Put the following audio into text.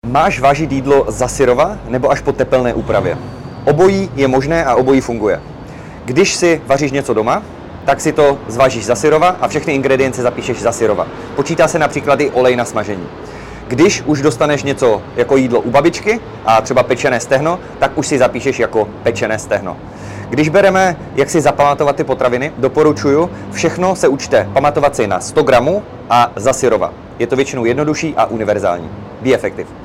Máš vařit jídlo za syrova nebo až po tepelné úpravě? Obojí je možné a obojí funguje. Když si vaříš něco doma, tak si to zvaříš za syrova a všechny ingredience zapíšeš za syrova. Počítá se například i olej na smažení. Když už dostaneš něco jako jídlo u babičky a třeba pečené stehno, tak už si zapíšeš jako pečené stehno. Když bereme, jak si zapamatovat ty potraviny, doporučuju, všechno se učte pamatovat si na 100 gramů a za syrova. Je to většinou jednodušší a univerzální. Be effective.